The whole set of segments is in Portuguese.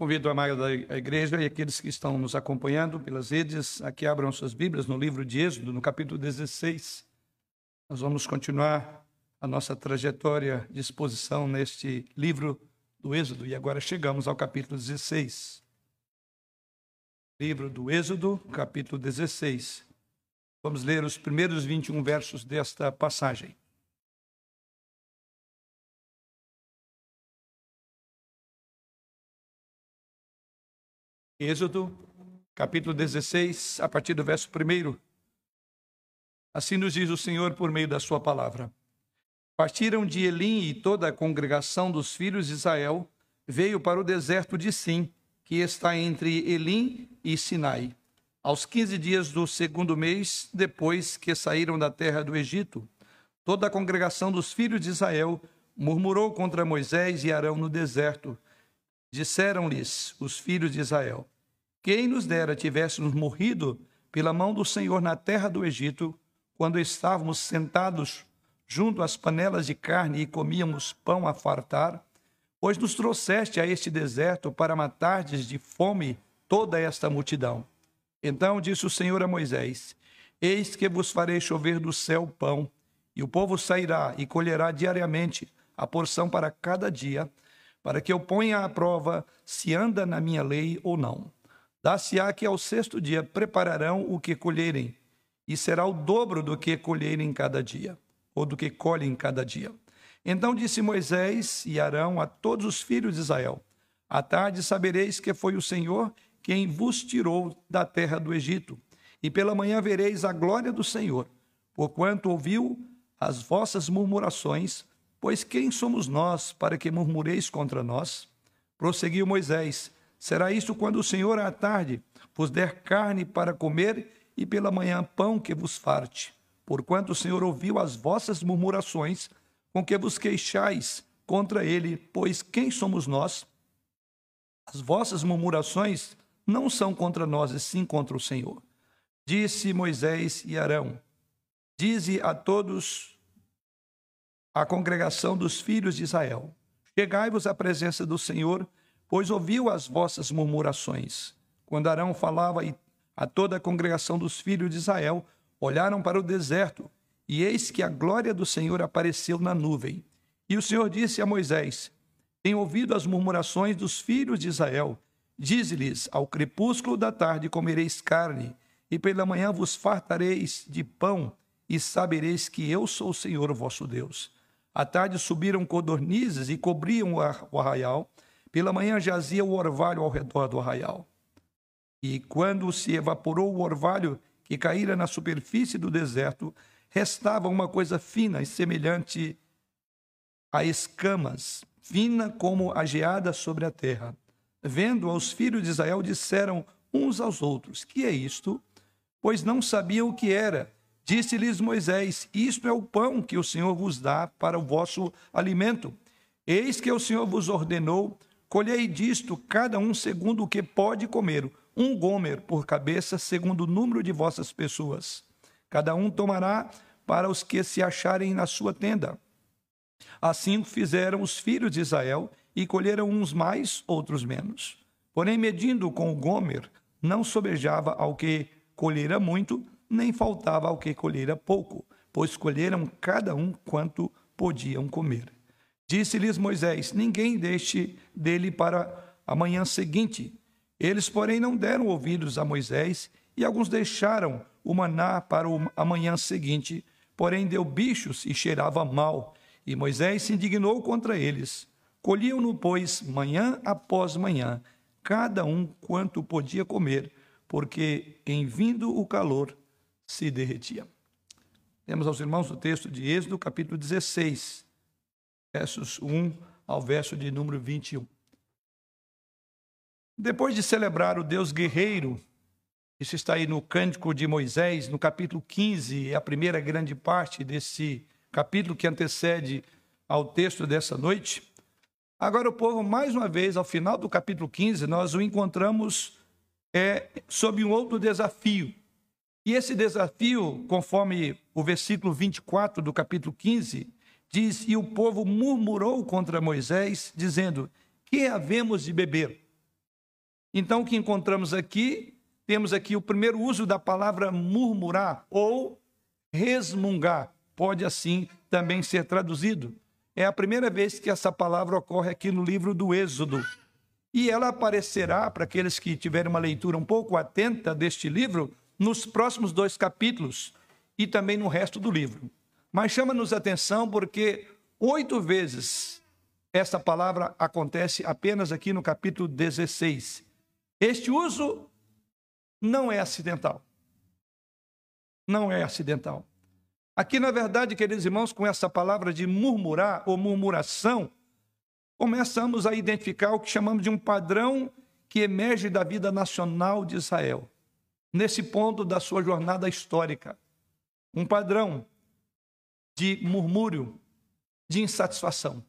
Convido a amada igreja e aqueles que estão nos acompanhando pelas redes a que abram suas Bíblias no livro de Êxodo, no capítulo 16. Nós vamos continuar a nossa trajetória de exposição neste livro do Êxodo e agora chegamos ao capítulo 16. Livro do Êxodo, capítulo 16. Vamos ler os primeiros 21 versos desta passagem. Êxodo, capítulo 16, a partir do verso 1. Assim nos diz o Senhor por meio da sua palavra. Partiram de Elim e toda a congregação dos filhos de Israel veio para o deserto de Sim, que está entre Elim e Sinai. Aos 15 dias do segundo mês, depois que saíram da terra do Egito, toda a congregação dos filhos de Israel murmurou contra Moisés e Arão no deserto. Disseram-lhes os filhos de Israel: quem nos dera tivéssemos morrido pela mão do Senhor na terra do Egito, quando estávamos sentados junto às panelas de carne e comíamos pão a fartar, pois nos trouxeste a este deserto para matardes de fome toda esta multidão. Então disse o Senhor a Moisés: eis que vos farei chover do céu pão, e o povo sairá e colherá diariamente a porção para cada dia, para que eu ponha à prova se anda na minha lei ou não. Dar-se-á que ao sexto dia prepararão o que colherem, e será o dobro do que colherem cada dia, ou do que colhem cada dia. Então disse Moisés e Arão a todos os filhos de Israel: à tarde sabereis que foi o Senhor quem vos tirou da terra do Egito, e pela manhã vereis a glória do Senhor, porquanto ouviu as vossas murmurações. Pois quem somos nós para que murmureis contra nós? Prosseguiu Moisés: será isto quando o Senhor à tarde vos der carne para comer e pela manhã pão que vos farte? Porquanto o Senhor ouviu as vossas murmurações com que vos queixais contra ele, pois quem somos nós? As vossas murmurações não são contra nós, e sim contra o Senhor. Disse Moisés e Arão: dize a todos a congregação dos filhos de Israel: chegai-vos à presença do Senhor, pois ouviu as vossas murmurações. Quando Arão falava a toda a congregação dos filhos de Israel, olharam para o deserto, e eis que a glória do Senhor apareceu na nuvem. E o Senhor disse a Moisés: tenho ouvido as murmurações dos filhos de Israel. Dize-lhes: ao crepúsculo da tarde comereis carne, e pela manhã vos fartareis de pão, e sabereis que eu sou o Senhor, o vosso Deus. À tarde subiram codornizes e cobriam o arraial. Pela manhã jazia o orvalho ao redor do arraial. E quando se evaporou o orvalho que caíra na superfície do deserto, restava uma coisa fina e semelhante a escamas, fina como a geada sobre a terra. Vendo aos filhos de Israel, disseram uns aos outros: que é isto? Pois não sabiam o que era. Disse-lhes Moisés: isto é o pão que o Senhor vos dá para o vosso alimento. Eis que o Senhor vos ordenou: colhei disto cada um segundo o que pode comer, um gomer por cabeça, segundo o número de vossas pessoas. Cada um tomará para os que se acharem na sua tenda. Assim fizeram os filhos de Israel, e colheram uns mais, outros menos. Porém, medindo com o gomer, não sobejava ao que colhera muito, nem faltava ao que colhera pouco, pois colheram cada um quanto podiam comer. Disse-lhes Moisés: ninguém deixe dele para a manhã seguinte. Eles, porém, não deram ouvidos a Moisés, e alguns deixaram o maná para a manhã seguinte, porém deu bichos e cheirava mal, e Moisés se indignou contra eles. Colhiam-no, pois, manhã após manhã, cada um quanto podia comer, porque em vindo o calor se derretia. Temos aos irmãos o texto de Êxodo, capítulo 16, versos 1 ao verso de número 21. Depois de celebrar o Deus guerreiro, isso está aí no Cântico de Moisés, no capítulo 15, é a primeira grande parte desse capítulo que antecede ao texto dessa noite. Agora o povo, mais uma vez, ao final do capítulo 15, nós o encontramos sob um outro desafio. E esse desafio, conforme o versículo 24 do capítulo 15, diz: e o povo murmurou contra Moisés, dizendo: que havemos de beber? Então, o que encontramos aqui, temos aqui o primeiro uso da palavra murmurar ou resmungar. Pode assim também ser traduzido. É a primeira vez que essa palavra ocorre aqui no livro do Êxodo. E ela aparecerá, para aqueles que tiverem uma leitura um pouco atenta deste livro, nos próximos 2 capítulos e também no resto do livro. Mas chama-nos a atenção porque 8 vezes essa palavra acontece apenas aqui no capítulo 16. Este uso não é acidental. Não é acidental. Aqui, na verdade, queridos irmãos, com essa palavra de murmurar ou murmuração, começamos a identificar o que chamamos de um padrão que emerge da vida nacional de Israel, nesse ponto da sua jornada histórica. Um padrão de murmúrio, de insatisfação.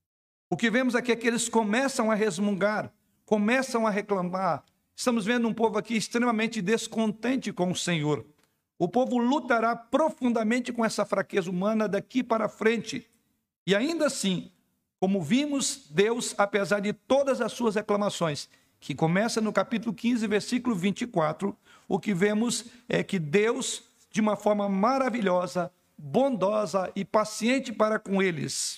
O que vemos aqui é que eles começam a resmungar, começam a reclamar. Estamos vendo um povo aqui extremamente descontente com o Senhor. O povo lutará profundamente com essa fraqueza humana daqui para frente. E ainda assim, como vimos, Deus, apesar de todas as suas reclamações, que começa no capítulo 15, versículo 24, o que vemos é que Deus, de uma forma maravilhosa, bondosa e paciente para com eles,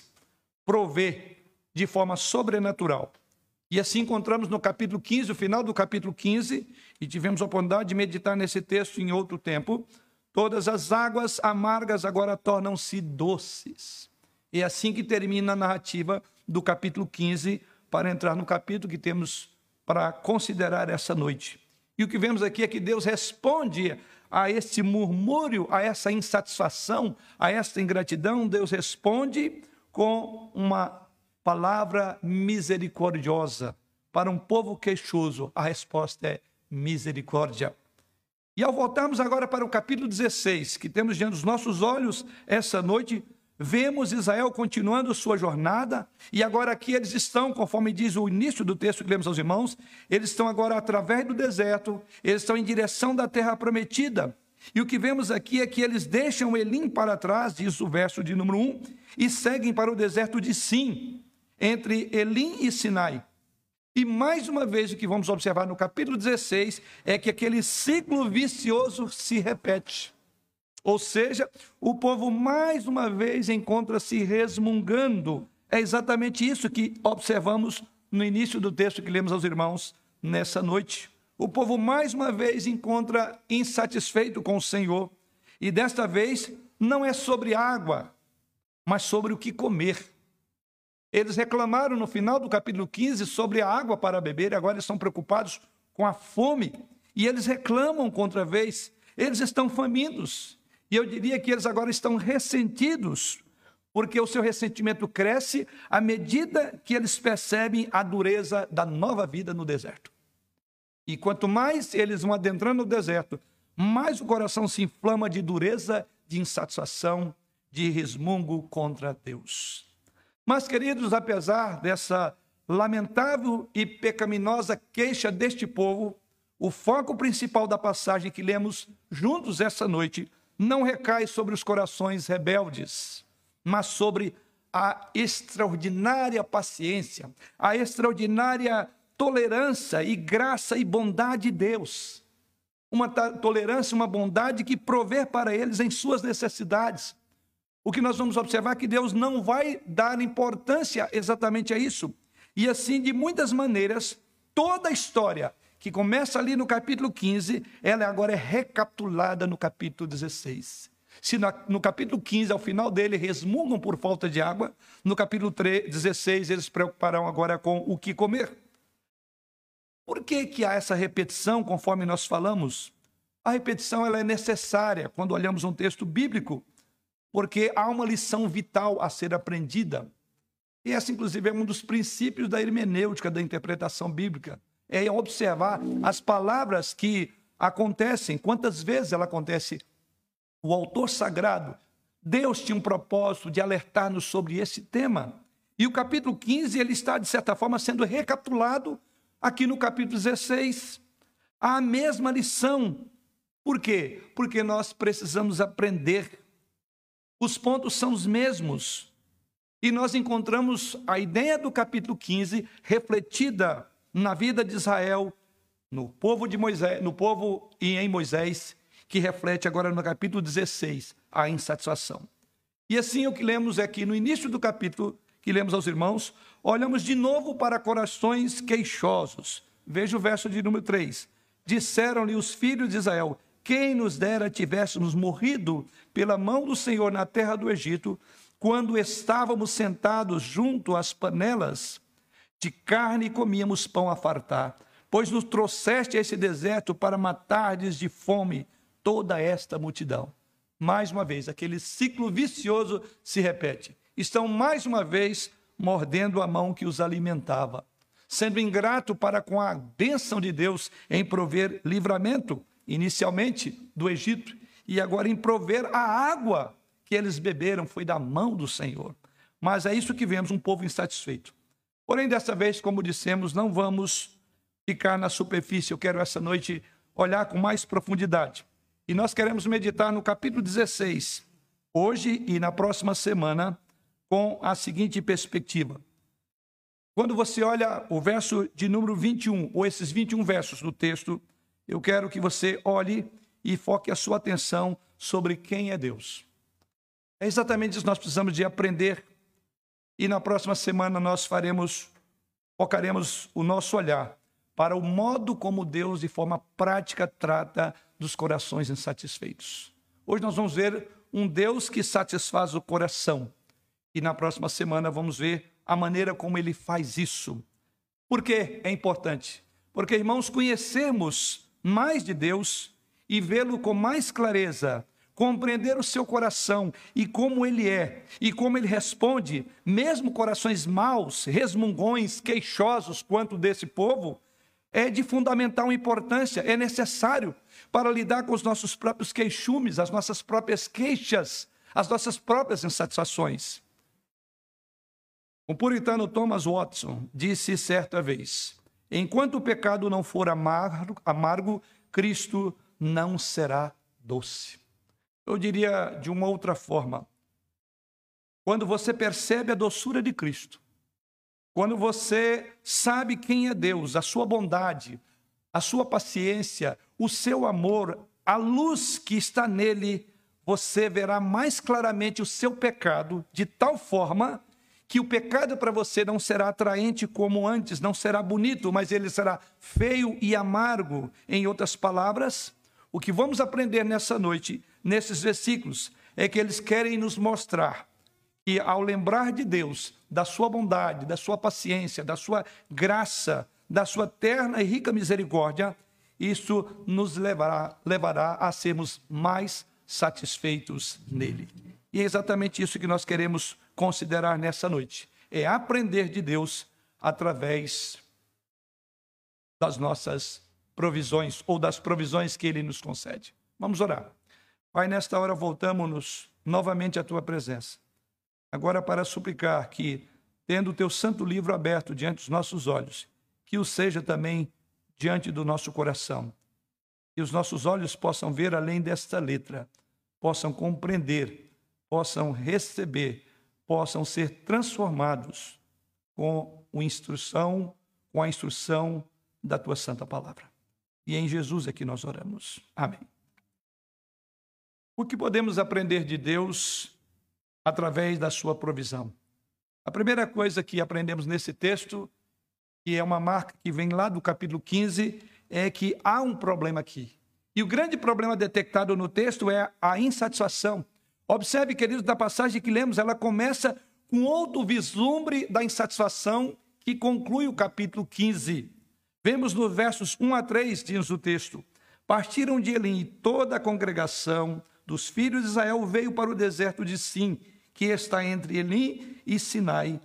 provê de forma sobrenatural. E assim encontramos no capítulo 15, o final do capítulo 15, e tivemos a oportunidade de meditar nesse texto em outro tempo, todas as águas amargas agora tornam-se doces. É assim que termina a narrativa do capítulo 15, para entrar no capítulo que temos para considerar essa noite. E o que vemos aqui é que Deus responde a esse murmúrio, a essa insatisfação, a essa ingratidão. Deus responde com uma palavra misericordiosa. Para um povo queixoso, a resposta é misericórdia. E ao voltarmos agora para o capítulo 16, que temos diante dos nossos olhos essa noite, vemos Israel continuando sua jornada, e agora aqui eles estão, conforme diz o início do texto que lemos aos irmãos, eles estão agora através do deserto, eles estão em direção da terra prometida. E o que vemos aqui é que eles deixam Elim para trás, diz o verso de número 1, e seguem para o deserto de Sim, entre Elim e Sinai. E mais uma vez o que vamos observar no capítulo 16 é que aquele ciclo vicioso se repete. Ou seja, o povo mais uma vez encontra-se resmungando. É exatamente isso que observamos no início do texto que lemos aos irmãos nessa noite. O povo mais uma vez encontra insatisfeito com o Senhor. E desta vez não é sobre água, mas sobre o que comer. Eles reclamaram no final do capítulo 15 sobre a água para beber, e agora eles estão preocupados com a fome. E eles reclamam contra vez, eles estão famintos. E eu diria que eles agora estão ressentidos, porque o seu ressentimento cresce à medida que eles percebem a dureza da nova vida no deserto. E quanto mais eles vão adentrando no deserto, mais o coração se inflama de dureza, de insatisfação, de resmungo contra Deus. Mas, queridos, apesar dessa lamentável e pecaminosa queixa deste povo, o foco principal da passagem que lemos juntos essa noite não recai sobre os corações rebeldes, mas sobre a extraordinária paciência, a extraordinária tolerância e graça e bondade de Deus. Uma tolerância, uma bondade que provê para eles em suas necessidades. O que nós vamos observar é que Deus não vai dar importância exatamente a isso. E assim, de muitas maneiras, toda a história que começa ali no capítulo 15, ela agora é recapitulada no capítulo 16. Se no capítulo 15, ao final dele, resmungam por falta de água, no capítulo 16, eles se preocuparão agora com o que comer. Por que há essa repetição, conforme nós falamos? A repetição ela é necessária quando olhamos um texto bíblico, porque há uma lição vital a ser aprendida. E essa, inclusive, é um dos princípios da hermenêutica, da interpretação bíblica. É observar as palavras que acontecem, quantas vezes ela acontece. O autor sagrado, Deus tinha um propósito de alertar-nos sobre esse tema. E o capítulo 15, ele está, de certa forma, sendo recapitulado aqui no capítulo 16. Há a mesma lição. Por quê? Porque nós precisamos aprender. Os pontos são os mesmos. E nós encontramos a ideia do capítulo 15 refletida na vida de Israel, no povo de Moisés, no povo e em Moisés, que reflete agora no capítulo 16 a insatisfação. E assim o que lemos aqui no início do capítulo, que lemos aos irmãos, olhamos de novo para corações queixosos. Veja o verso de número 3. Disseram-lhe os filhos de Israel: quem nos dera tivéssemos morrido pela mão do Senhor na terra do Egito, quando estávamos sentados junto às panelas de carne e comíamos pão a fartar, pois nos trouxeste a esse deserto para matardes de fome toda esta multidão. Mais uma vez, aquele ciclo vicioso se repete. Estão mais uma vez mordendo a mão que os alimentava, sendo ingrato para com a bênção de Deus em prover livramento, inicialmente do Egito, e agora em prover a água que eles beberam foi da mão do Senhor. Mas é isso que vemos, um povo insatisfeito. Porém, dessa vez, como dissemos, não vamos ficar na superfície. Eu quero essa noite olhar com mais profundidade. E nós queremos meditar no capítulo 16, hoje e na próxima semana, com a seguinte perspectiva. Quando você olha o verso de número 21, ou esses 21 versos do texto, eu quero que você olhe e foque a sua atenção sobre quem é Deus. É exatamente isso que nós precisamos de aprender. E na próxima semana nós focaremos o nosso olhar para o modo como Deus, de forma prática, trata dos corações insatisfeitos. Hoje nós vamos ver um Deus que satisfaz o coração. E na próxima semana vamos ver a maneira como ele faz isso. Por que é importante? Porque, irmãos, conhecermos mais de Deus e vê-lo com mais clareza, compreender o seu coração e como ele é, e como ele responde, mesmo corações maus, resmungões, queixosos quanto desse povo, é de fundamental importância, é necessário para lidar com os nossos próprios queixumes, as nossas próprias queixas, as nossas próprias insatisfações. O puritano Thomas Watson disse certa vez: enquanto o pecado não for amargo, Cristo não será doce. Eu diria de uma outra forma: quando você percebe a doçura de Cristo, quando você sabe quem é Deus, a sua bondade, a sua paciência, o seu amor, a luz que está nele, você verá mais claramente o seu pecado, de tal forma que o pecado para você não será atraente como antes, não será bonito, mas ele será feio e amargo. Em outras palavras, o que vamos aprender nessa noite, nesses versículos, é que eles querem nos mostrar que, ao lembrar de Deus, da sua bondade, da sua paciência, da sua graça, da sua terna e rica misericórdia, isso nos levará a sermos mais satisfeitos nele. E é exatamente isso que nós queremos considerar nessa noite. É aprender de Deus através das nossas provisões, ou das provisões que ele nos concede. Vamos orar. Pai, nesta hora voltamos-nos novamente à tua presença. Agora para suplicar que, tendo o teu santo livro aberto diante dos nossos olhos, que o seja também diante do nosso coração. Que os nossos olhos possam ver além desta letra, possam compreender, possam receber, possam ser transformados com a instrução da tua santa palavra. E é em Jesus é que nós oramos. Amém. O que podemos aprender de Deus através da sua provisão? A primeira coisa que aprendemos nesse texto, que é uma marca que vem lá do capítulo 15, é que há um problema aqui. E o grande problema detectado no texto é a insatisfação. Observe, queridos, da passagem que lemos, ela começa com outro vislumbre da insatisfação que conclui o capítulo 15. Vemos nos versos 1 a 3, diz o texto: partiram de Elim e toda a congregação dos filhos de Israel veio para o deserto de Sim, que está entre Elim e Sinai,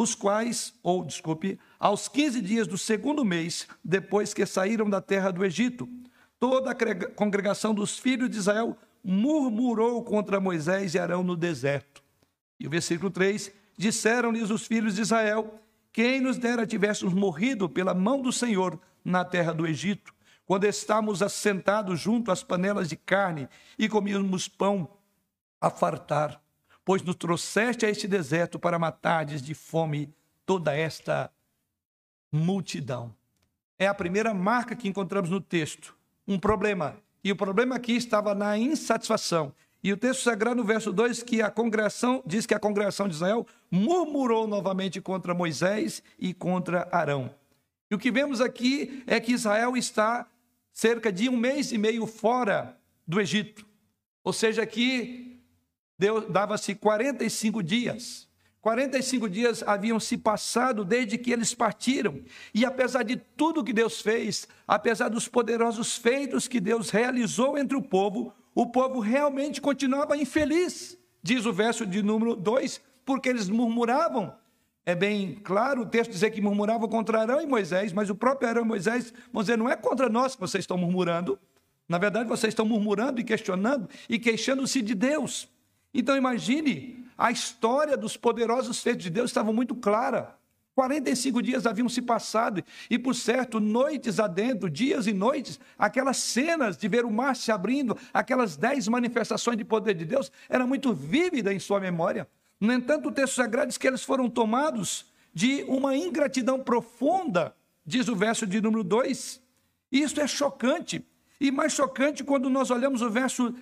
aos 15 dias do segundo mês, depois que saíram da terra do Egito. Toda a congregação dos filhos de Israel murmurou contra Moisés e Arão no deserto. E o versículo 3, disseram-lhes os filhos de Israel: quem nos dera tivéssemos morrido pela mão do Senhor na terra do Egito, quando estávamos assentados junto às panelas de carne e comíamos pão a fartar, pois nos trouxeste a este deserto para matardes de fome toda esta multidão. é a primeira marca que encontramos no texto. Um problema. E o problema aqui estava na insatisfação. E o texto sagrado, no verso 2, que a congregação, diz que a congregação de Israel murmurou novamente contra Moisés e contra Arão. E o que vemos aqui é que Israel está cerca de 1 mês e meio fora do Egito. Ou seja, aqui Deus dava-se 45 dias. 45 dias haviam se passado desde que eles partiram. E apesar de tudo que Deus fez, apesar dos poderosos feitos que Deus realizou entre o povo realmente continuava infeliz. Diz o verso de número 2, porque eles murmuravam. É bem claro o texto dizer que murmuravam contra Arão e Moisés, mas o próprio Arão e Moisés vão dizer, não é contra nós que vocês estão murmurando. Na verdade, vocês estão murmurando e questionando e queixando-se de Deus. Então imagine, a história dos poderosos feitos de Deus estava muito clara. 45 dias haviam se passado e, por certo, noites adentro, dias e noites, aquelas cenas de ver o mar se abrindo, aquelas 10 manifestações de poder de Deus, era muito vívida em sua memória. No entanto, o texto sagrado diz que eles foram tomados de uma ingratidão profunda, diz o verso de número 2. E isso é chocante. E mais chocante quando nós olhamos o verso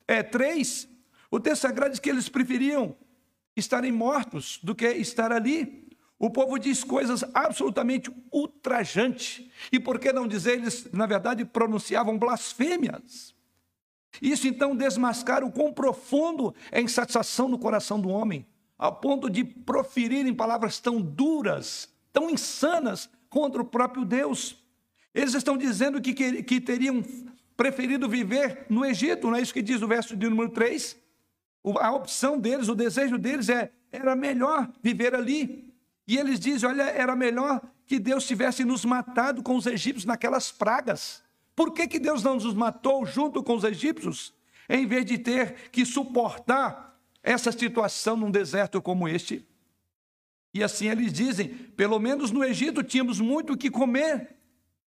3, o texto sagrado diz que eles preferiam estarem mortos do que estar ali. O povo diz coisas absolutamente ultrajantes. E por que não dizer, eles, na verdade, pronunciavam blasfêmias. Isso, então, desmascara o quão profundo é a insatisfação no coração do homem, ao ponto de proferirem palavras tão duras, tão insanas contra o próprio Deus. Eles estão dizendo que teriam preferido viver no Egito, não é isso que diz o verso de número 3? A opção deles, o desejo deles era melhor viver ali. E eles dizem, olha, era melhor que Deus tivesse nos matado com os egípcios naquelas pragas. Por que Deus não nos matou junto com os egípcios, em vez de ter que suportar essa situação num deserto como este? E assim eles dizem, pelo menos no Egito tínhamos muito o que comer.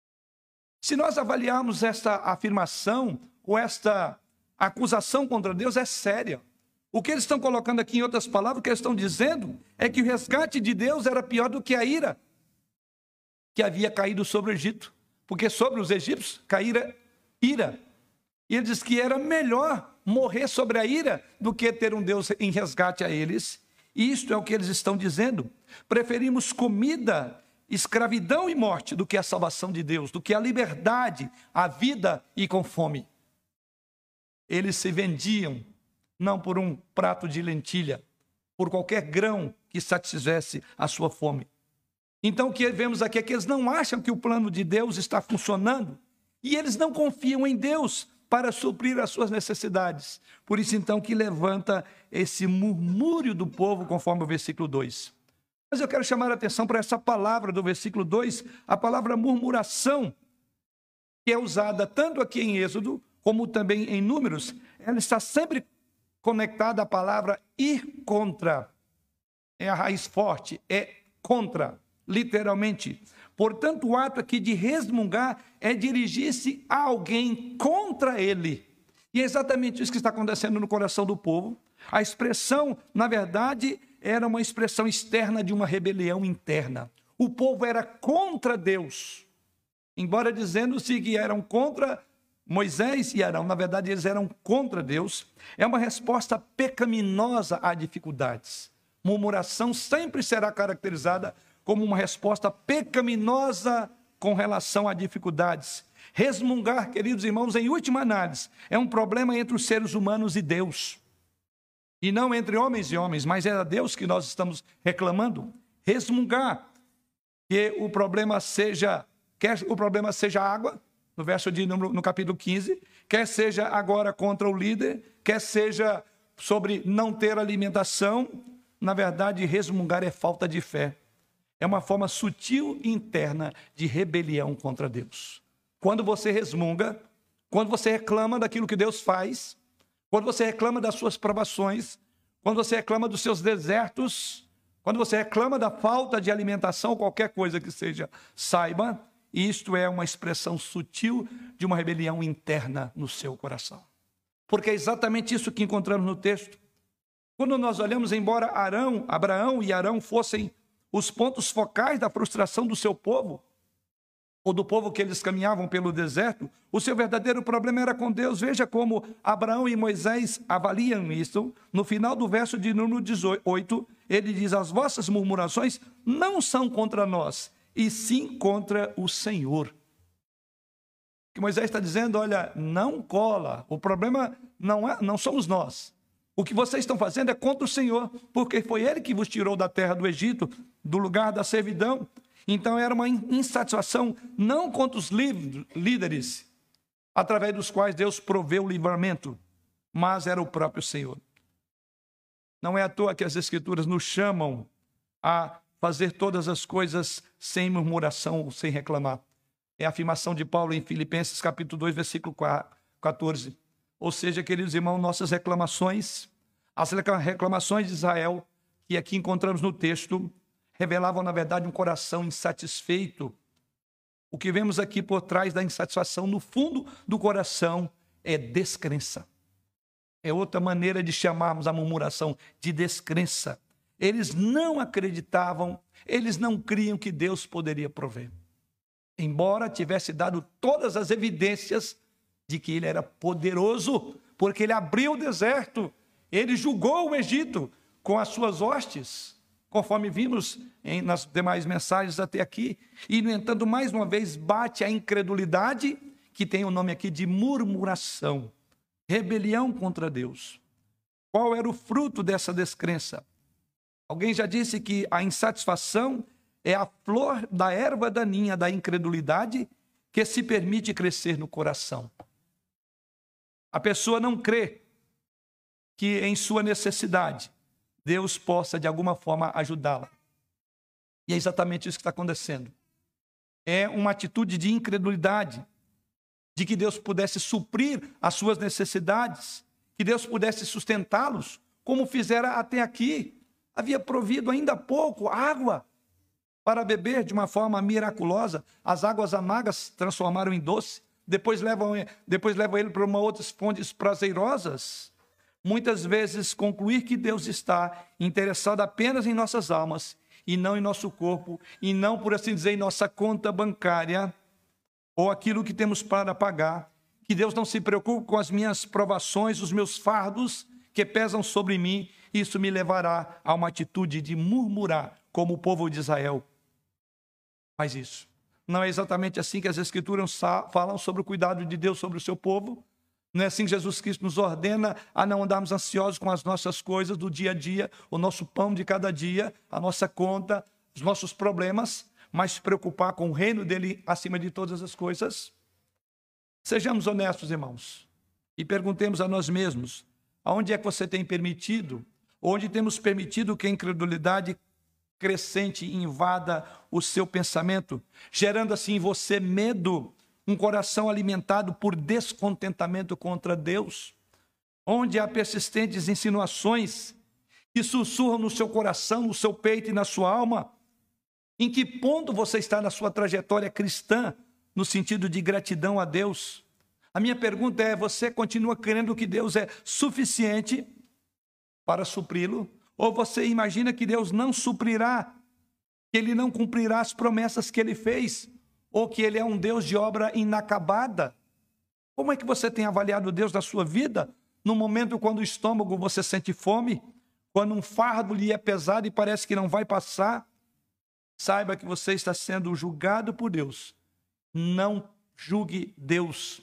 Se nós avaliarmos esta afirmação, ou esta acusação contra Deus, é séria. O que eles estão colocando aqui, em outras palavras, o que eles estão dizendo é que o resgate de Deus era pior do que a ira que havia caído sobre o Egito. Porque sobre os egípcios caíra ira. E ele diz que era melhor morrer sobre a ira do que ter um Deus em resgate a eles. E isto é o que eles estão dizendo. Preferimos comida, escravidão e morte do que a salvação de Deus, do que a liberdade, a vida e com fome. Eles se vendiam não por um prato de lentilha, por qualquer grão que satisfizesse a sua fome. Então o que vemos aqui é que eles não acham que o plano de Deus está funcionando e eles não confiam em Deus para suprir as suas necessidades. Por isso então que levanta esse murmúrio do povo, conforme o versículo 2. Mas eu quero chamar a atenção para essa palavra do versículo 2, a palavra murmuração, que é usada tanto aqui em Êxodo, como também em Números. Ela está sempre conectada à palavra ir contra. É a raiz forte, é contra, literalmente. Portanto, o ato aqui de resmungar é dirigir-se a alguém contra ele. E é exatamente isso que está acontecendo no coração do povo. A expressão, na verdade, era uma expressão externa de uma rebelião interna. O povo era contra Deus. Embora dizendo-se que eram contra Moisés e Arão, na verdade eles eram contra Deus. É uma resposta pecaminosa a dificuldades. Murmuração sempre será caracterizada como uma resposta pecaminosa com relação a dificuldades. Resmungar, queridos irmãos, em última análise, é um problema entre os seres humanos e Deus. E não entre homens e homens, mas é a Deus que nós estamos reclamando. Resmungar, que o problema seja, quer o problema seja água, no verso de número, no capítulo 15, quer seja agora contra o líder, quer seja sobre não ter alimentação. Na verdade, resmungar é falta de fé. É uma forma sutil e interna de rebelião contra Deus. Quando você resmunga, quando você reclama daquilo que Deus faz, quando você reclama das suas provações, quando você reclama dos seus desertos, quando você reclama da falta de alimentação, qualquer coisa que seja, saiba, isto é uma expressão sutil de uma rebelião interna no seu coração. Porque é exatamente isso que encontramos no texto. Quando nós olhamos, embora Abraão e Arão fossem os pontos focais da frustração do seu povo, ou do povo que eles caminhavam pelo deserto, o seu verdadeiro problema era com Deus. Veja como Abraão e Moisés avaliam isso. No final do verso de número 18, ele diz: as vossas murmurações não são contra nós, e sim contra o Senhor. O que Moisés está dizendo, olha, não cola, o problema não somos nós. O que vocês estão fazendo é contra o Senhor, porque foi Ele que vos tirou da terra do Egito, do lugar da servidão. Então era uma insatisfação não contra os líderes, através dos quais Deus proveu o livramento, mas era o próprio Senhor. Não é à toa que as Escrituras nos chamam a fazer todas as coisas sem murmuração, sem reclamar. É a afirmação de Paulo em Filipenses capítulo 2, versículo 14. Ou seja, queridos irmãos, nossas reclamações, as reclamações de Israel, que aqui encontramos no texto, revelavam, na verdade, um coração insatisfeito. O que vemos aqui por trás da insatisfação, no fundo do coração, é descrença. É outra maneira de chamarmos a murmuração de descrença. Eles não acreditavam, eles não criam que Deus poderia prover. Embora tivesse dado todas as evidências de que ele era poderoso, porque ele abriu o deserto, ele julgou o Egito com as suas hostes, conforme vimos nas demais mensagens até aqui. E, no entanto, mais uma vez, bate a incredulidade, que tem o nome aqui de murmuração, rebelião contra Deus. Qual era o fruto dessa descrença? Alguém já disse que a insatisfação é a flor da erva daninha da incredulidade que se permite crescer no coração. A pessoa não crê que em sua necessidade Deus possa de alguma forma ajudá-la. E é exatamente isso que está acontecendo. É uma atitude de incredulidade, de que Deus pudesse suprir as suas necessidades, que Deus pudesse sustentá-los, como fizera até aqui. Havia provido ainda há pouco água para beber de uma forma miraculosa. As águas amargas transformaram em doce. Depois levam ele para uma outras fontes prazerosas. Muitas vezes concluir que Deus está interessado apenas em nossas almas e não em nosso corpo, e não, por assim dizer, em nossa conta bancária ou aquilo que temos para pagar, que Deus não se preocupe com as minhas provações, os meus fardos que pesam sobre mim. Isso me levará a uma atitude de murmurar, como o povo de Israel faz isso. Não é exatamente assim que as Escrituras falam sobre o cuidado de Deus sobre o seu povo? Não é assim que Jesus Cristo nos ordena a não andarmos ansiosos com as nossas coisas do dia a dia, o nosso pão de cada dia, a nossa conta, os nossos problemas, mas se preocupar com o reino dele acima de todas as coisas? Sejamos honestos, irmãos, e perguntemos a nós mesmos: aonde é que você tem permitido, onde temos permitido que a incredulidade crescente invada o seu pensamento, gerando assim em você medo, um coração alimentado por descontentamento contra Deus, onde há persistentes insinuações que sussurram no seu coração, no seu peito e na sua alma? Em que ponto você está na sua trajetória cristã, no sentido de gratidão a Deus? A minha pergunta é: você continua crendo que Deus é suficiente para supri-lo? Ou você imagina que Deus não suprirá, que Ele não cumprirá as promessas que Ele fez, ou que Ele é um Deus de obra inacabada? Como é que você tem avaliado Deus na sua vida, no momento quando o estômago você sente fome, quando um fardo lhe é pesado e parece que não vai passar? Saiba que você está sendo julgado por Deus. Não julgue Deus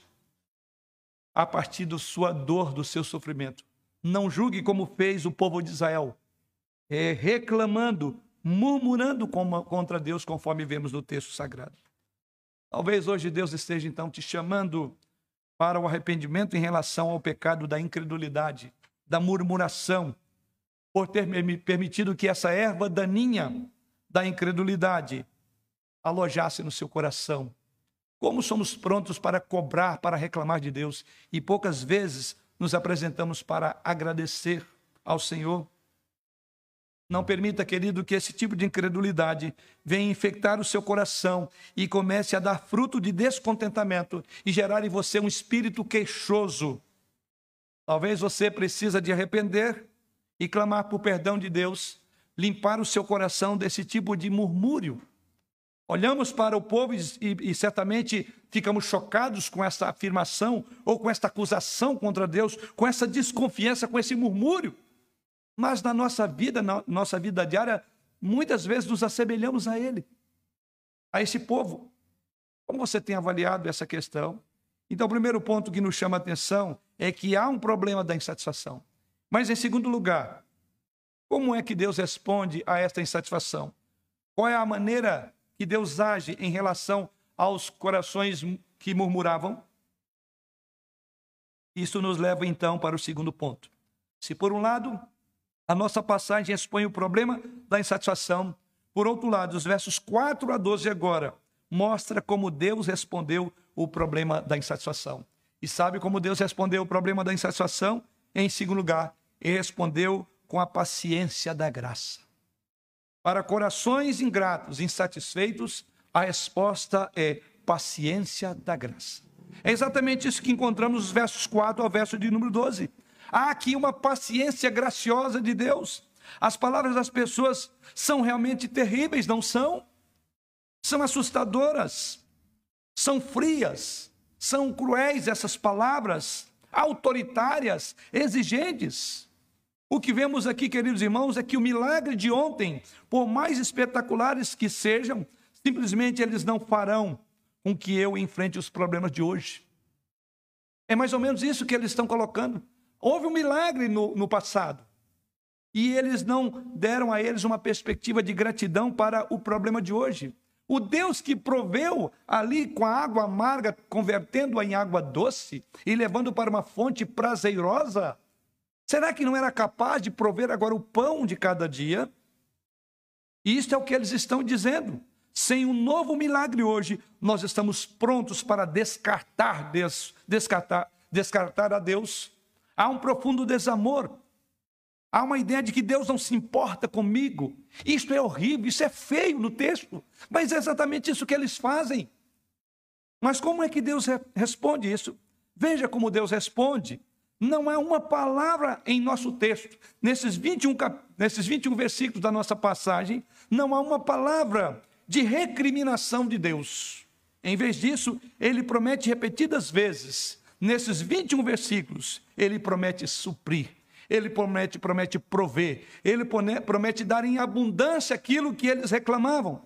a partir da sua dor, do seu sofrimento. Não julgue como fez o povo de Israel, reclamando, murmurando contra Deus, conforme vemos no texto sagrado. Talvez hoje Deus esteja então te chamando para o arrependimento em relação ao pecado da incredulidade, da murmuração, por ter permitido que essa erva daninha da incredulidade alojasse no seu coração. Como somos prontos para cobrar, para reclamar de Deus, e poucas vezes nos apresentamos para agradecer ao Senhor. Não permita, querido, que esse tipo de incredulidade venha infectar o seu coração e comece a dar fruto de descontentamento e gerar em você um espírito queixoso. Talvez você precisa de arrepender e clamar por perdão de Deus, limpar o seu coração desse tipo de murmúrio. Olhamos para o povo e certamente ficamos chocados com essa afirmação ou com esta acusação contra Deus, com essa desconfiança, com esse murmúrio. Mas na nossa vida diária, muitas vezes nos assemelhamos a ele, a esse povo. Como você tem avaliado essa questão? Então, o primeiro ponto que nos chama a atenção é que há um problema da insatisfação. Mas, em segundo lugar, como é que Deus responde a esta insatisfação? Qual é a maneira que Deus age em relação aos corações que murmuravam? Isso nos leva, então, para o segundo ponto. Se, por um lado, a nossa passagem expõe o problema da insatisfação, por outro lado, os versos 4 a 12 agora mostra como Deus respondeu o problema da insatisfação. E sabe como Deus respondeu o problema da insatisfação? Em segundo lugar, ele respondeu com a paciência da graça. Para corações ingratos, insatisfeitos, a resposta é paciência da graça. É exatamente isso que encontramos nos versos 4 ao verso de número 12. Há aqui uma paciência graciosa de Deus. As palavras das pessoas são realmente terríveis, não são? São assustadoras, são frias, são cruéis essas palavras, autoritárias, exigentes. O que vemos aqui, queridos irmãos, é que o milagre de ontem, por mais espetaculares que sejam, simplesmente eles não farão com que eu enfrente os problemas de hoje. É mais ou menos isso que eles estão colocando. Houve um milagre no passado. E eles não deram a eles uma perspectiva de gratidão para o problema de hoje. O Deus que proveu ali com a água amarga, convertendo-a em água doce e levando para uma fonte prazerosa, será que não era capaz de prover agora o pão de cada dia? E isso é o que eles estão dizendo. Sem um novo milagre hoje, nós estamos prontos para descartar a Deus. Há um profundo desamor. Há uma ideia de que Deus não se importa comigo. Isto é horrível, isso é feio no texto. Mas é exatamente isso que eles fazem. Mas como é que Deus responde isso? Veja como Deus responde. Não há uma palavra em nosso texto. Nesses 21 versículos da nossa passagem, não há uma palavra de recriminação de Deus. Em vez disso, ele promete repetidas vezes. Nesses 21 versículos, ele promete suprir. Ele promete prover, ele promete dar em abundância aquilo que eles reclamavam.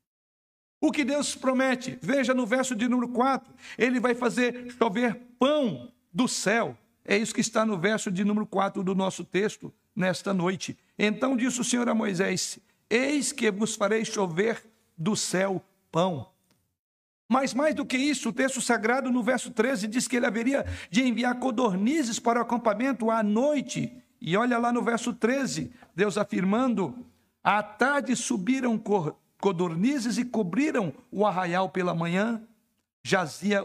O que Deus promete? Veja no verso de número 4, ele vai fazer chover pão do céu. É isso que está no verso de número 4 do nosso texto, nesta noite. Então disse o Senhor a Moisés: eis que vos farei chover do céu pão. Mas mais do que isso, o texto sagrado no verso 13 diz que ele haveria de enviar codornizes para o acampamento à noite. E olha lá no verso 13, Deus afirmando: à tarde subiram codornizes e cobriram o arraial pela manhã. Jazia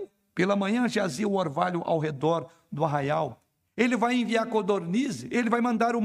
o orvalho ao redor do arraial. Ele vai enviar codornizes, ele vai mandar o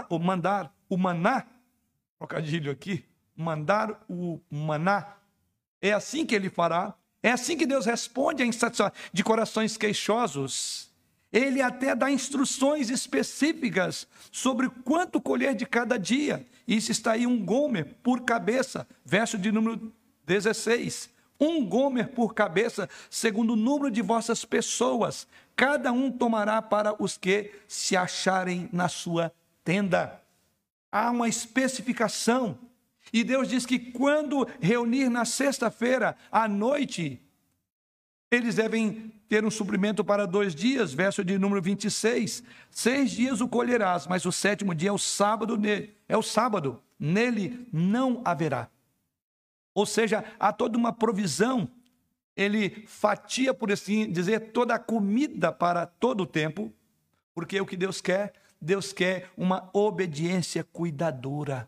maná, trocadilho aqui, mandar o maná. É assim que ele fará. É assim que Deus responde à insatisfação de corações queixosos. Ele até dá instruções específicas sobre quanto colher de cada dia. Isso está aí, 1 gomer por cabeça, verso de número 16. 1 gomer por cabeça, segundo o número de vossas pessoas. Cada um tomará para os que se acharem na sua tenda. Há uma especificação. E Deus diz que quando reunir na sexta-feira à noite, eles devem ter um suprimento para 2 dias, verso de número 26. 6 dias o colherás, mas o 7º dia é o sábado, nele não haverá. Ou seja, há toda uma provisão. Ele fatia, por assim dizer, toda a comida para todo o tempo, porque o que Deus quer uma obediência cuidadora.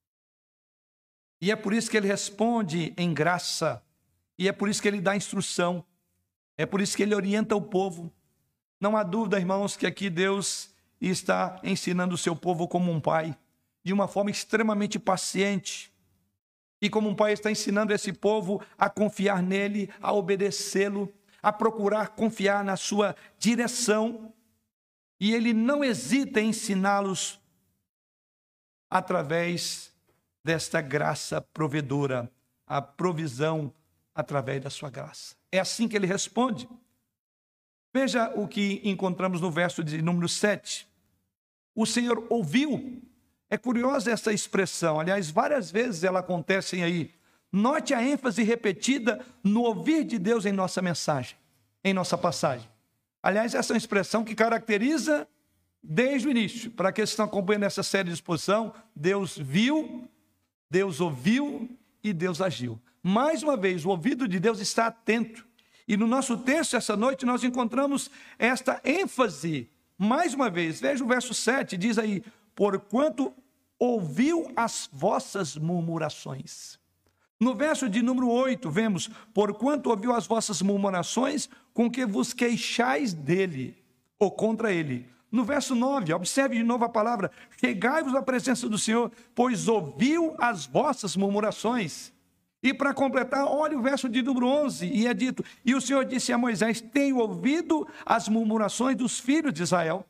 E é por isso que ele responde em graça. E é por isso que ele dá instrução. É por isso que ele orienta o povo. Não há dúvida, irmãos, que aqui Deus está ensinando o seu povo como um pai, de uma forma extremamente paciente. E como um pai está ensinando esse povo a confiar nele, a obedecê-lo, a procurar confiar na sua direção. E ele não hesita em ensiná-los através desta graça provedora. a provisão através da sua graça. É assim que ele responde. Veja o que encontramos no verso de número 7. O Senhor ouviu. É curiosa essa expressão, aliás, várias vezes ela acontece aí. Note a ênfase repetida no ouvir de Deus em nossa mensagem, em nossa passagem. Aliás, essa é uma expressão que caracteriza desde o início. Para aqueles que estão acompanhando essa série de exposição, Deus viu, Deus ouviu e Deus agiu. Mais uma vez, o ouvido de Deus está atento. E no nosso texto, essa noite, nós encontramos esta ênfase. Mais uma vez, veja o verso 7, diz aí, porquanto ouviu as vossas murmurações. No verso de número 8, vemos, porquanto ouviu as vossas murmurações, com que vos queixais dele, ou contra ele. No verso 9, observe de novo a palavra, chegai-vos à presença do Senhor, pois ouviu as vossas murmurações. E para completar, olha o verso de número 11, e é dito, e o Senhor disse a Moisés, tenho ouvido as murmurações dos filhos de Israel.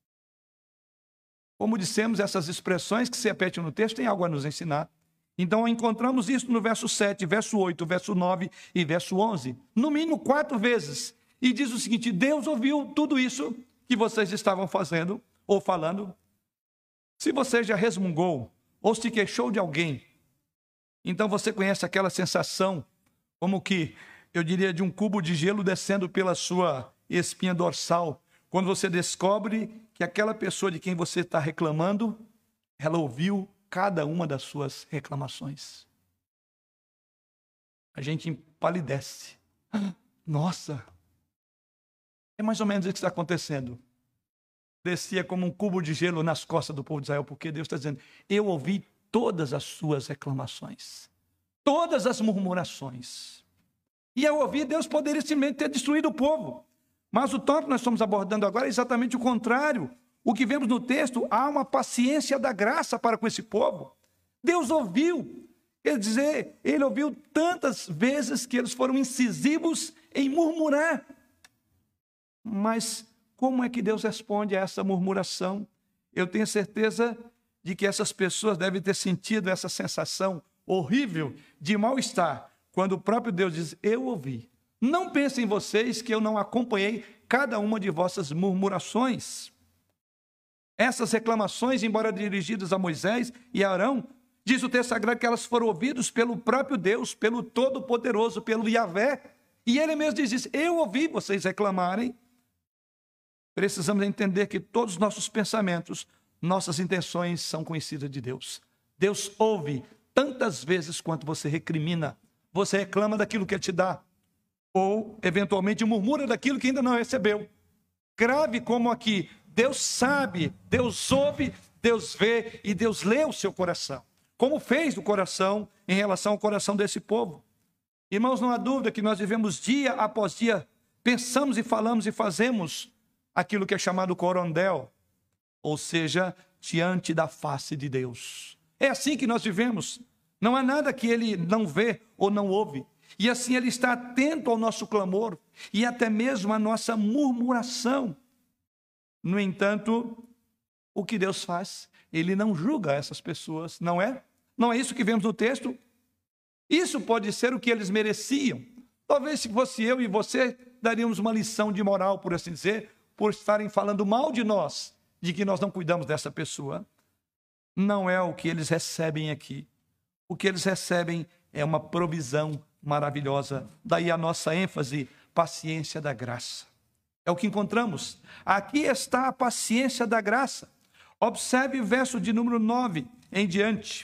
Como dissemos, essas expressões que se repetem no texto têm algo a nos ensinar. Então, encontramos isso no verso 7, verso 8, verso 9 e verso 11. No mínimo 4 vezes. E diz o seguinte, Deus ouviu tudo isso que vocês estavam fazendo ou falando. Se você já resmungou ou se queixou de alguém, então você conhece aquela sensação, como que, eu diria, de um cubo de gelo descendo pela sua espinha dorsal, quando você descobre que aquela pessoa de quem você está reclamando, ela ouviu cada uma das suas reclamações. A gente empalidece. Nossa! É mais ou menos isso que está acontecendo. Descia como um cubo de gelo nas costas do povo de Israel, porque Deus está dizendo, eu ouvi todas as suas reclamações, todas as murmurações. E ao ouvir, Deus poderia simplesmente ter destruído o povo. Mas o tópico que nós estamos abordando agora é exatamente o contrário. O que vemos no texto, há uma paciência da graça para com esse povo. Deus ouviu, quer dizer, ele ouviu tantas vezes que eles foram incisivos em murmurar. Mas como é que Deus responde a essa murmuração? Eu tenho certeza de que essas pessoas devem ter sentido essa sensação horrível de mal-estar, quando o próprio Deus diz, eu ouvi. Não pensem vocês que eu não acompanhei cada uma de vossas murmurações. Essas reclamações, embora dirigidas a Moisés e a Arão, diz o texto sagrado que elas foram ouvidas pelo próprio Deus, pelo Todo-Poderoso, pelo Yahvé. E ele mesmo diz isso, eu ouvi vocês reclamarem. Precisamos entender que todos os nossos pensamentos, nossas intenções são conhecidas de Deus. Deus ouve tantas vezes quanto você recrimina. Você reclama daquilo que Ele te dá. Ou, eventualmente, murmura daquilo que ainda não recebeu. Grave como aqui, Deus sabe, Deus ouve, Deus vê e Deus lê o seu coração. Como fez do coração em relação ao coração desse povo. Irmãos, não há dúvida que nós vivemos dia após dia, pensamos e falamos e fazemos aquilo que é chamado corondel, ou seja, diante da face de Deus. É assim que nós vivemos. Não há nada que Ele não vê ou não ouve. E assim Ele está atento ao nosso clamor e até mesmo à nossa murmuração. No entanto, o que Deus faz? Ele não julga essas pessoas, não é? Não é isso que vemos no texto? Isso pode ser o que eles mereciam. Talvez se fosse eu e você, daríamos uma lição de moral, por assim dizer, por estarem falando mal de nós, de que nós não cuidamos dessa pessoa. Não é o que eles recebem aqui. O que eles recebem é uma provisão maravilhosa. Daí a nossa ênfase, paciência da graça. É o que encontramos. Aqui está a paciência da graça. Observe o verso de número 9 em diante.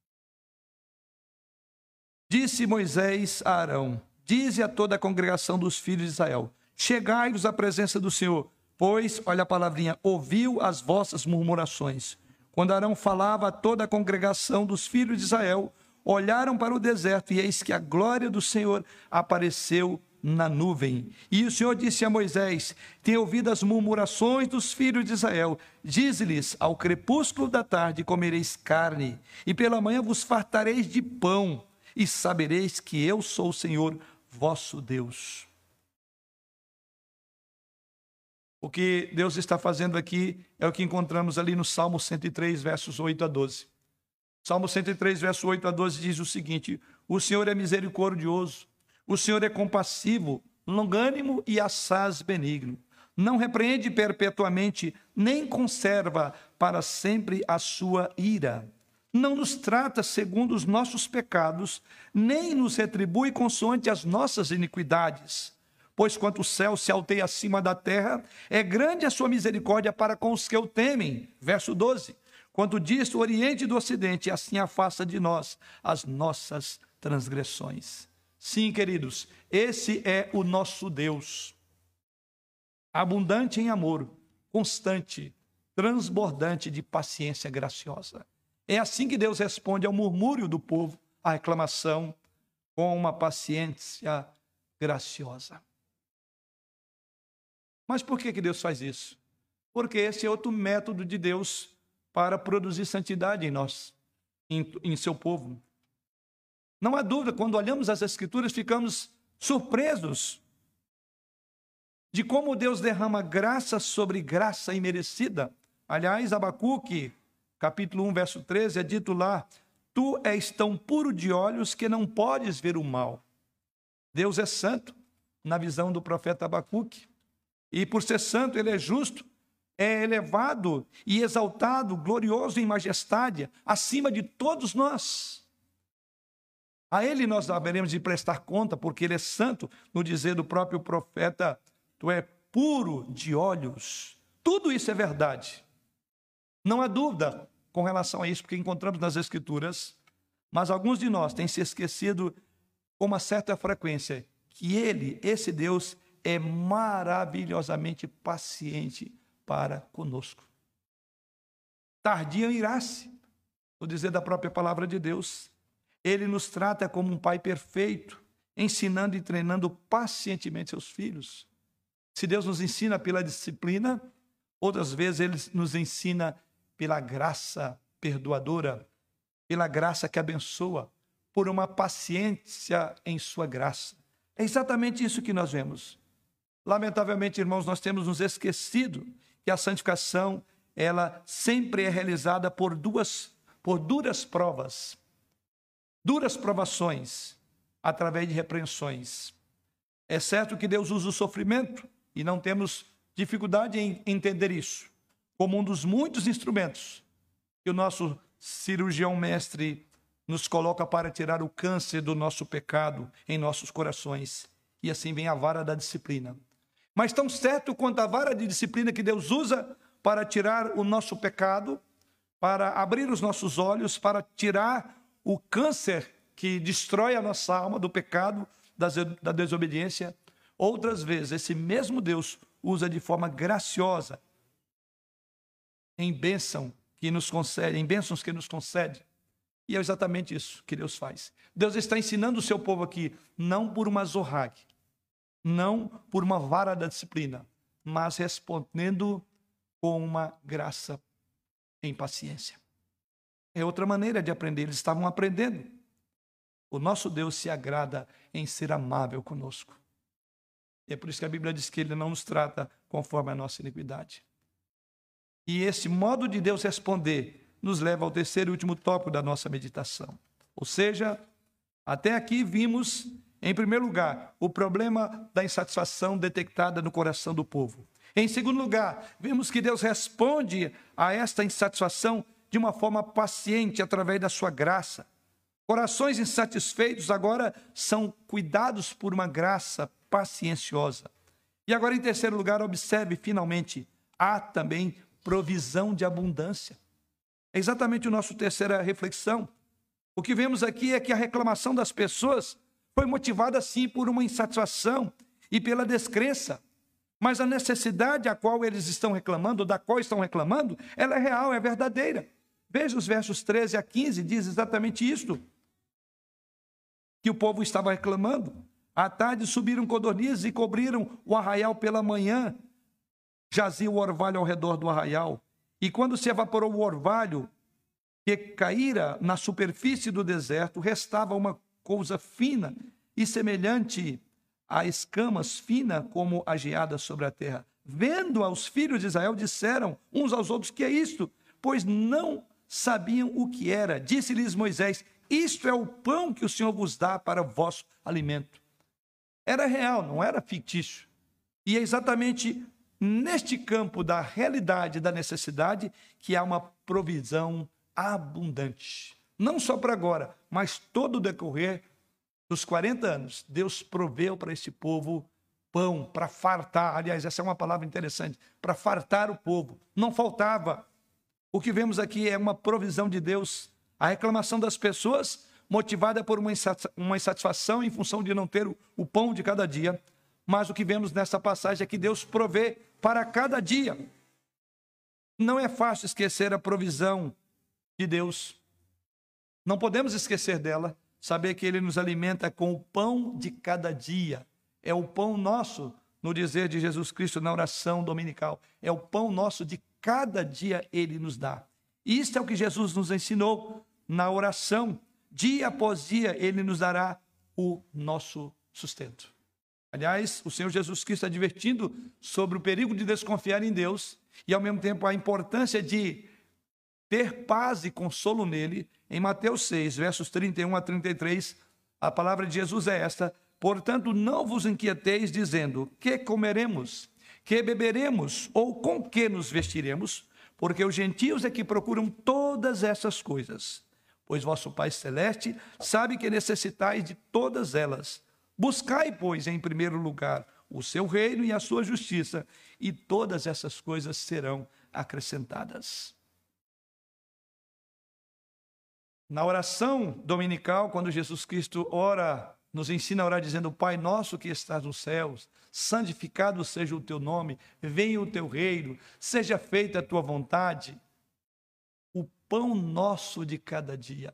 Disse Moisés a Arão, dize a toda a congregação dos filhos de Israel, chegai-vos à presença do Senhor, pois, olha a palavrinha, ouviu as vossas murmurações. Quando Arão falava a toda a congregação dos filhos de Israel, olharam para o deserto e eis que a glória do Senhor apareceu na nuvem. E o Senhor disse a Moisés, tenho ouvido as murmurações dos filhos de Israel, dize-lhes, ao crepúsculo da tarde comereis carne, e pela manhã vos fartareis de pão, e sabereis que eu sou o Senhor vosso Deus. O que Deus está fazendo aqui é o que encontramos ali no Salmo 103, versos 8 a 12. Salmo 103, verso 8 a 12 diz o seguinte, O Senhor é misericordioso, o Senhor é compassivo, longânimo e assaz benigno. Não repreende perpetuamente, nem conserva para sempre a sua ira. Não nos trata segundo os nossos pecados, nem nos retribui consoante as nossas iniquidades. Pois quanto o céu se alteia acima da terra, é grande a sua misericórdia para com os que o temem. Verso 12. Quanto diz o oriente do ocidente, assim afasta de nós as nossas transgressões. Sim, queridos, esse é o nosso Deus. Abundante em amor, constante, transbordante de paciência graciosa. É assim que Deus responde ao murmúrio do povo, à reclamação, com uma paciência graciosa. Mas por que Deus faz isso? Porque esse é outro método de Deus para produzir santidade em nós, em seu povo. Não há dúvida, quando olhamos as Escrituras, ficamos surpresos de como Deus derrama graça sobre graça imerecida. Aliás, Abacuque, capítulo 1, verso 13, é dito lá: tu és tão puro de olhos que não podes ver o mal. Deus é santo, na visão do profeta Abacuque. E por ser santo, ele é justo, é elevado e exaltado, glorioso em majestade, acima de todos nós. A ele nós haveremos de prestar conta, porque ele é santo, no dizer do próprio profeta: tu é puro de olhos. Tudo isso é verdade. Não há dúvida com relação a isso, porque encontramos nas Escrituras, mas alguns de nós têm se esquecido com uma certa frequência que ele, esse Deus, é maravilhosamente paciente para conosco. Tardio em irar-se, no dizer da própria palavra de Deus. Ele nos trata como um pai perfeito, ensinando e treinando pacientemente seus filhos. Se Deus nos ensina pela disciplina, outras vezes ele nos ensina pela graça perdoadora, pela graça que abençoa, por uma paciência em sua graça. É exatamente isso que nós vemos. Lamentavelmente, irmãos, nós temos nos esquecido que a santificação, ela sempre é realizada por duras provas, duras provações, através de repreensões. É certo que Deus usa o sofrimento, e não temos dificuldade em entender isso, como um dos muitos instrumentos que o nosso cirurgião mestre nos coloca para tirar o câncer do nosso pecado em nossos corações. E assim vem a vara da disciplina. Mas tão certo quanto a vara de disciplina que Deus usa para tirar o nosso pecado, para abrir os nossos olhos, para tirar o câncer que destrói a nossa alma do pecado, da desobediência, outras vezes esse mesmo Deus usa de forma graciosa em bênçãos que nos concede. E é exatamente isso que Deus faz. Deus está ensinando o seu povo aqui, não por uma zorrague, não por uma vara da disciplina, mas respondendo com uma graça em paciência. É outra maneira de aprender, eles estavam aprendendo. O nosso Deus se agrada em ser amável conosco. E é por isso que a Bíblia diz que ele não nos trata conforme a nossa iniquidade. E esse modo de Deus responder nos leva ao terceiro e último tópico da nossa meditação. Ou seja, até aqui vimos, em primeiro lugar, o problema da insatisfação detectada no coração do povo. Em segundo lugar, vimos que Deus responde a esta insatisfação de uma forma paciente, através da sua graça. Corações insatisfeitos agora são cuidados por uma graça pacienciosa. E agora, em terceiro lugar, observe, finalmente, há também provisão de abundância. É exatamente a nossa terceira reflexão. O que vemos aqui é que a reclamação das pessoas foi motivada, sim, por uma insatisfação e pela descrença. Mas a necessidade a qual eles estão reclamando, da qual estão reclamando, ela é real, é verdadeira. Veja os versos 13 a 15, diz exatamente isto que o povo estava reclamando. À tarde subiram codornizes e cobriram o arraial pela manhã. Jazia o orvalho ao redor do arraial. E quando se evaporou o orvalho que caíra na superfície do deserto, restava uma coisa fina e semelhante a escamas finas como a geada sobre a terra. Vendo aos filhos de Israel, disseram uns aos outros: que é isto? Pois não sabiam o que era. Disse-lhes Moisés: isto é o pão que o Senhor vos dá para o vosso alimento. Era real, não era fictício. E é exatamente neste campo da realidade, da necessidade, que há uma provisão abundante. Não só para agora, mas todo o decorrer dos 40 anos, Deus proveu para esse povo pão, para fartar. Aliás, essa é uma palavra interessante, para fartar o povo. Não faltava. O que vemos aqui é uma provisão de Deus. A reclamação das pessoas, motivada por uma insatisfação em função de não ter o pão de cada dia. Mas o que vemos nessa passagem é que Deus provê para cada dia. Não é fácil esquecer a provisão de Deus. Não podemos esquecer dela, saber que Ele nos alimenta com o pão de cada dia. É o pão nosso, no dizer de Jesus Cristo na oração dominical. É o pão nosso de cada dia Ele nos dá. Isso é o que Jesus nos ensinou na oração. Dia após dia Ele nos dará o nosso sustento. Aliás, o Senhor Jesus Cristo advertindo sobre o perigo de desconfiar em Deus e, ao mesmo tempo, a importância de ter paz e consolo nele. Em Mateus 6, versos 31 a 33, a palavra de Jesus é esta: portanto, não vos inquieteis dizendo, que comeremos, que beberemos, ou com que nos vestiremos, porque os gentios é que procuram todas essas coisas. Pois vosso Pai Celeste sabe que necessitais de todas elas. Buscai, pois, em primeiro lugar o seu reino e a sua justiça, e todas essas coisas serão acrescentadas. Na oração dominical, quando Jesus Cristo ora, nos ensina a orar dizendo: Pai nosso que estás nos céus, santificado seja o teu nome, venha o teu reino, seja feita a tua vontade. O pão nosso de cada dia.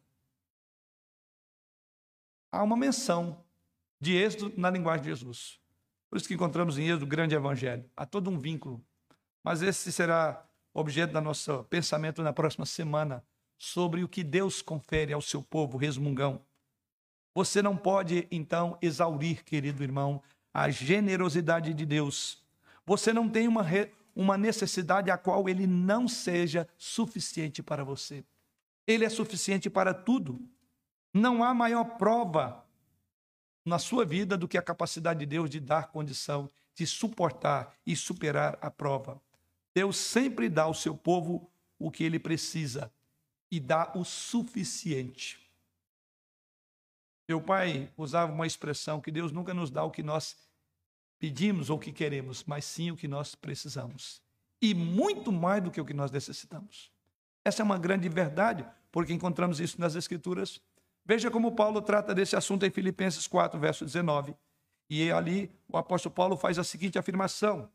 Há uma menção de Êxodo na linguagem de Jesus. Por isso que encontramos em Êxodo o grande evangelho. Há todo um vínculo. Mas esse será objeto do nosso pensamento na próxima semana, sobre o que Deus confere ao seu povo resmungão. Você não pode, então, exaurir, querido irmão, a generosidade de Deus. Você não tem uma necessidade a qual Ele não seja suficiente para você. Ele é suficiente para tudo. Não há maior prova na sua vida do que a capacidade de Deus de dar condição, de suportar e superar a prova. Deus sempre dá ao seu povo o que ele precisa e dá o suficiente. Meu pai usava uma expressão que Deus nunca nos dá o que nós pedimos ou o que queremos, mas sim o que nós precisamos. E muito mais do que o que nós necessitamos. Essa é uma grande verdade, porque encontramos isso nas Escrituras. Veja como Paulo trata desse assunto em Filipenses 4, verso 19. E ali o apóstolo Paulo faz a seguinte afirmação: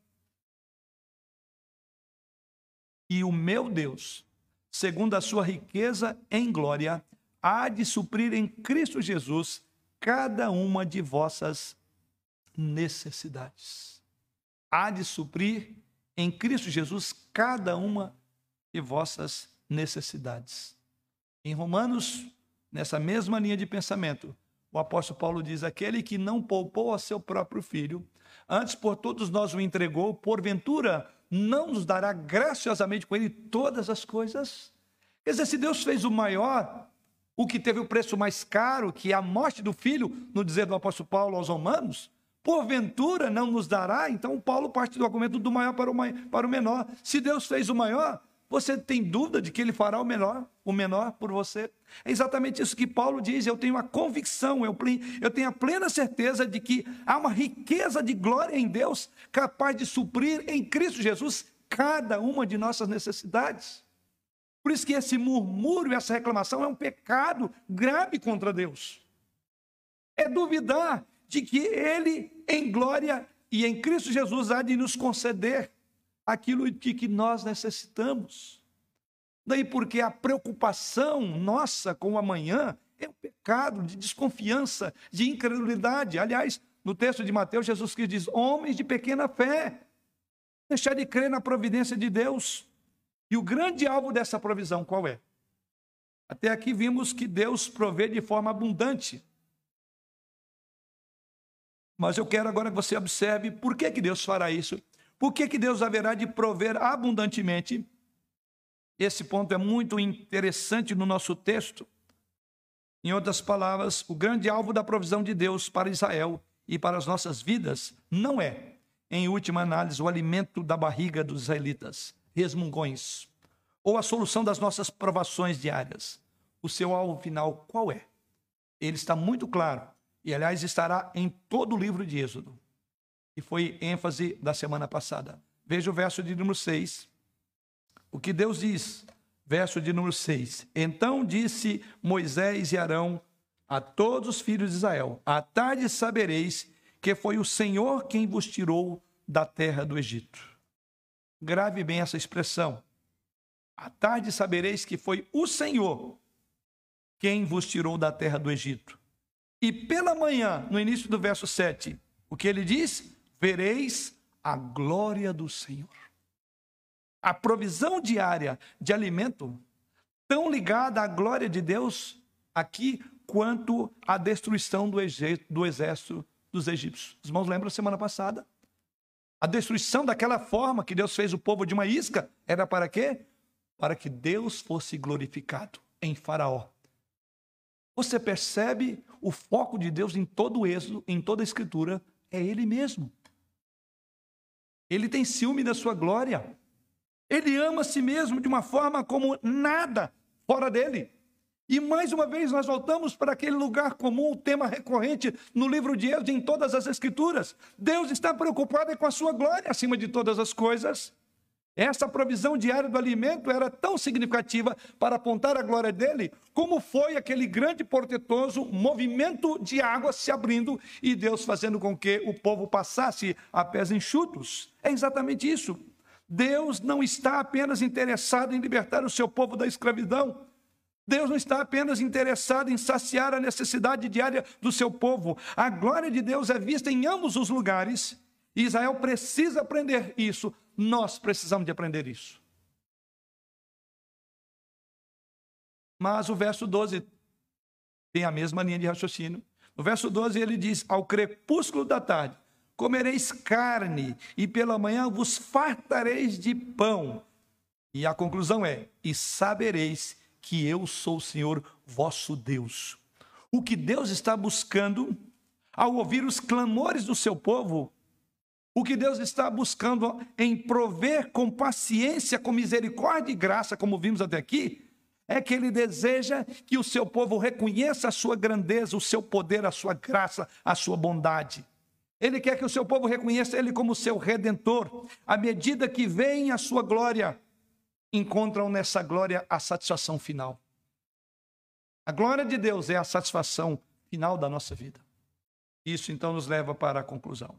e o meu Deus, segundo a sua riqueza em glória, há de suprir em Cristo Jesus cada uma de vossas necessidades. Há de suprir em Cristo Jesus cada uma de vossas necessidades. Em Romanos, nessa mesma linha de pensamento, o apóstolo Paulo diz: aquele que não poupou a seu próprio filho, antes por todos nós o entregou, porventura não nos dará graciosamente com ele todas as coisas? Quer dizer, se Deus fez o maior, o que teve o preço mais caro, que é a morte do filho, no dizer do apóstolo Paulo aos Romanos, porventura não nos dará? Então Paulo parte do argumento do maior para o menor. Se Deus fez o maior, você tem dúvida de que ele fará o menor por você? É exatamente isso que Paulo diz. Eu tenho a convicção, eu tenho a plena certeza de que há uma riqueza de glória em Deus, capaz de suprir em Cristo Jesus cada uma de nossas necessidades. Por isso que esse murmúrio, essa reclamação é um pecado grave contra Deus. É duvidar de que Ele, em glória e em Cristo Jesus, há de nos conceder aquilo de que nós necessitamos. Daí porque a preocupação nossa com o amanhã é um pecado de desconfiança, de incredulidade. Aliás, no texto de Mateus, Jesus Cristo diz: homens de pequena fé, deixar de crer na providência de Deus. E o grande alvo dessa provisão qual é? Até aqui vimos que Deus provê de forma abundante. Mas eu quero agora que você observe por que Deus fará isso. Por que Deus haverá de prover abundantemente? Esse ponto é muito interessante no nosso texto. Em outras palavras, o grande alvo da provisão de Deus para Israel e para as nossas vidas não é, em última análise, o alimento da barriga dos israelitas, resmungões, ou a solução das nossas provações diárias. O seu alvo final qual é? Ele está muito claro, e aliás estará em todo o livro de Êxodo, que foi ênfase da semana passada. Veja o verso de número 6. O que Deus diz, verso de número 6. Então disse Moisés e Arão a todos os filhos de Israel: à tarde sabereis que foi o Senhor quem vos tirou da terra do Egito. Grave bem essa expressão. À tarde sabereis que foi o Senhor quem vos tirou da terra do Egito. E pela manhã, no início do verso 7, o que ele diz? Vereis a glória do Senhor. A provisão diária de alimento, tão ligada à glória de Deus aqui, quanto à destruição do exército dos egípcios. Os irmãos lembram semana passada? A destruição daquela forma que Deus fez o povo de uma isca, era para quê? Para que Deus fosse glorificado em Faraó. Você percebe o foco de Deus em todo o Êxodo, em toda a Escritura, é Ele mesmo. Ele tem ciúme da sua glória. Ele ama a si mesmo de uma forma como nada fora dele. E mais uma vez nós voltamos para aquele lugar comum, o tema recorrente no livro de Êxodo, em todas as Escrituras. Deus está preocupado com a sua glória acima de todas as coisas. Essa provisão diária do alimento era tão significativa para apontar a glória dele, como foi aquele grande portentoso movimento de água se abrindo e Deus fazendo com que o povo passasse a pés enxutos. É exatamente isso. Deus não está apenas interessado em libertar o seu povo da escravidão. Deus não está apenas interessado em saciar a necessidade diária do seu povo. A glória de Deus é vista em ambos os lugares. E Israel precisa aprender isso. Nós precisamos de aprender isso. Mas o verso 12 tem a mesma linha de raciocínio. No verso 12 ele diz: ao crepúsculo da tarde comereis carne, e pela manhã vos fartareis de pão. E a conclusão é: e sabereis que eu sou o Senhor vosso Deus. O que Deus está buscando ao ouvir os clamores do seu povo, o que Deus está buscando em prover com paciência, com misericórdia e graça, como vimos até aqui, é que Ele deseja que o seu povo reconheça a sua grandeza, o seu poder, a sua graça, a sua bondade. Ele quer que o seu povo reconheça Ele como seu Redentor. À medida que veem a sua glória, encontram nessa glória a satisfação final. A glória de Deus é a satisfação final da nossa vida. Isso então nos leva para a conclusão.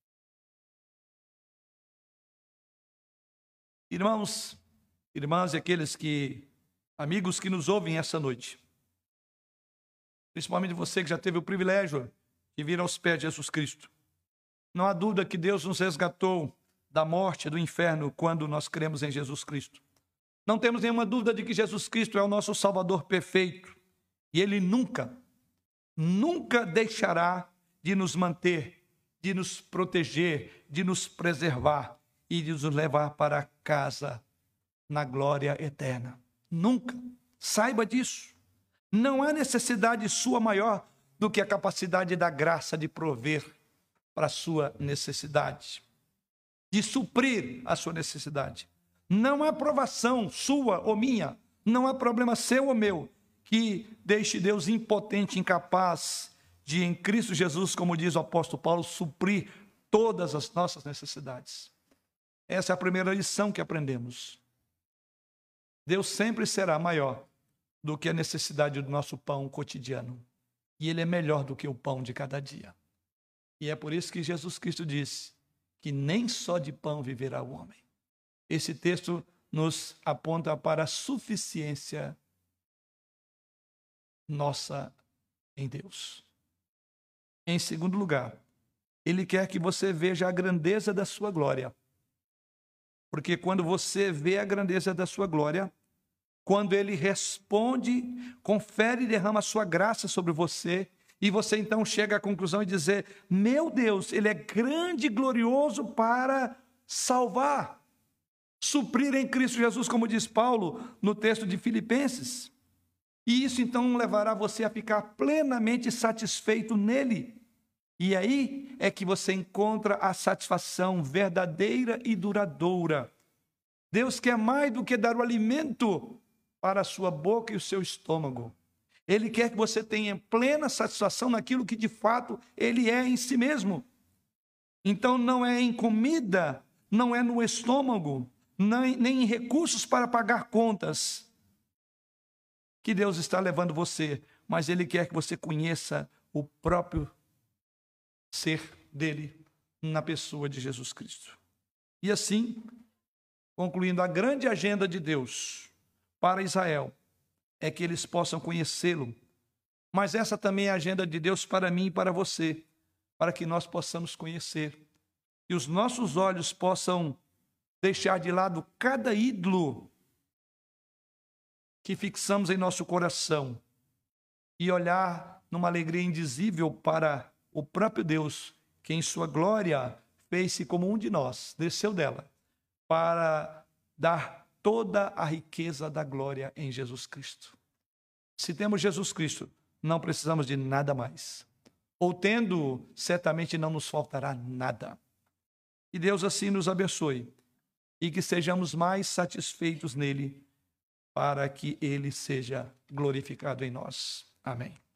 Irmãos, irmãs e amigos que nos ouvem essa noite, principalmente você que já teve o privilégio de vir aos pés de Jesus Cristo, não há dúvida que Deus nos resgatou da morte, do inferno, quando nós cremos em Jesus Cristo. Não temos nenhuma dúvida de que Jesus Cristo é o nosso Salvador perfeito, e Ele nunca deixará de nos manter, de nos proteger, de nos preservar e de nos levar para casa na glória eterna. Nunca. Saiba disso. Não há necessidade sua maior do que a capacidade da graça de prover para a sua necessidade, de suprir a sua necessidade. Não há provação sua ou minha, não há problema seu ou meu que deixe Deus impotente, incapaz de, em Cristo Jesus, como diz o apóstolo Paulo, suprir todas as nossas necessidades. Essa é a primeira lição que aprendemos. Deus sempre será maior do que a necessidade do nosso pão cotidiano. E Ele é melhor do que o pão de cada dia. E é por isso que Jesus Cristo disse que nem só de pão viverá o homem. Esse texto nos aponta para a suficiência nossa em Deus. Em segundo lugar, Ele quer que você veja a grandeza da sua glória. Porque quando você vê a grandeza da sua glória, quando Ele responde, confere e derrama a sua graça sobre você, e você então chega à conclusão e dizer: meu Deus, Ele é grande e glorioso para salvar, suprir em Cristo Jesus, como diz Paulo no texto de Filipenses. E isso então levará você a ficar plenamente satisfeito nele. E aí é que você encontra a satisfação verdadeira e duradoura. Deus quer mais do que dar o alimento para a sua boca e o seu estômago. Ele quer que você tenha plena satisfação naquilo que de fato ele é em si mesmo. Então não é em comida, não é no estômago, nem em recursos para pagar contas que Deus está levando você, mas Ele quer que você conheça o próprio ser dele na pessoa de Jesus Cristo. E assim, concluindo, a grande agenda de Deus para Israel é que eles possam conhecê-lo, mas essa também é a agenda de Deus para mim e para você, para que nós possamos conhecer e os nossos olhos possam deixar de lado cada ídolo que fixamos em nosso coração e olhar numa alegria indizível para o próprio Deus, que em sua glória fez-se como um de nós, desceu dela, para dar toda a riqueza da glória em Jesus Cristo. Se temos Jesus Cristo, não precisamos de nada mais. Ou tendo, certamente não nos faltará nada. Que Deus assim nos abençoe e que sejamos mais satisfeitos nele, para que ele seja glorificado em nós. Amém.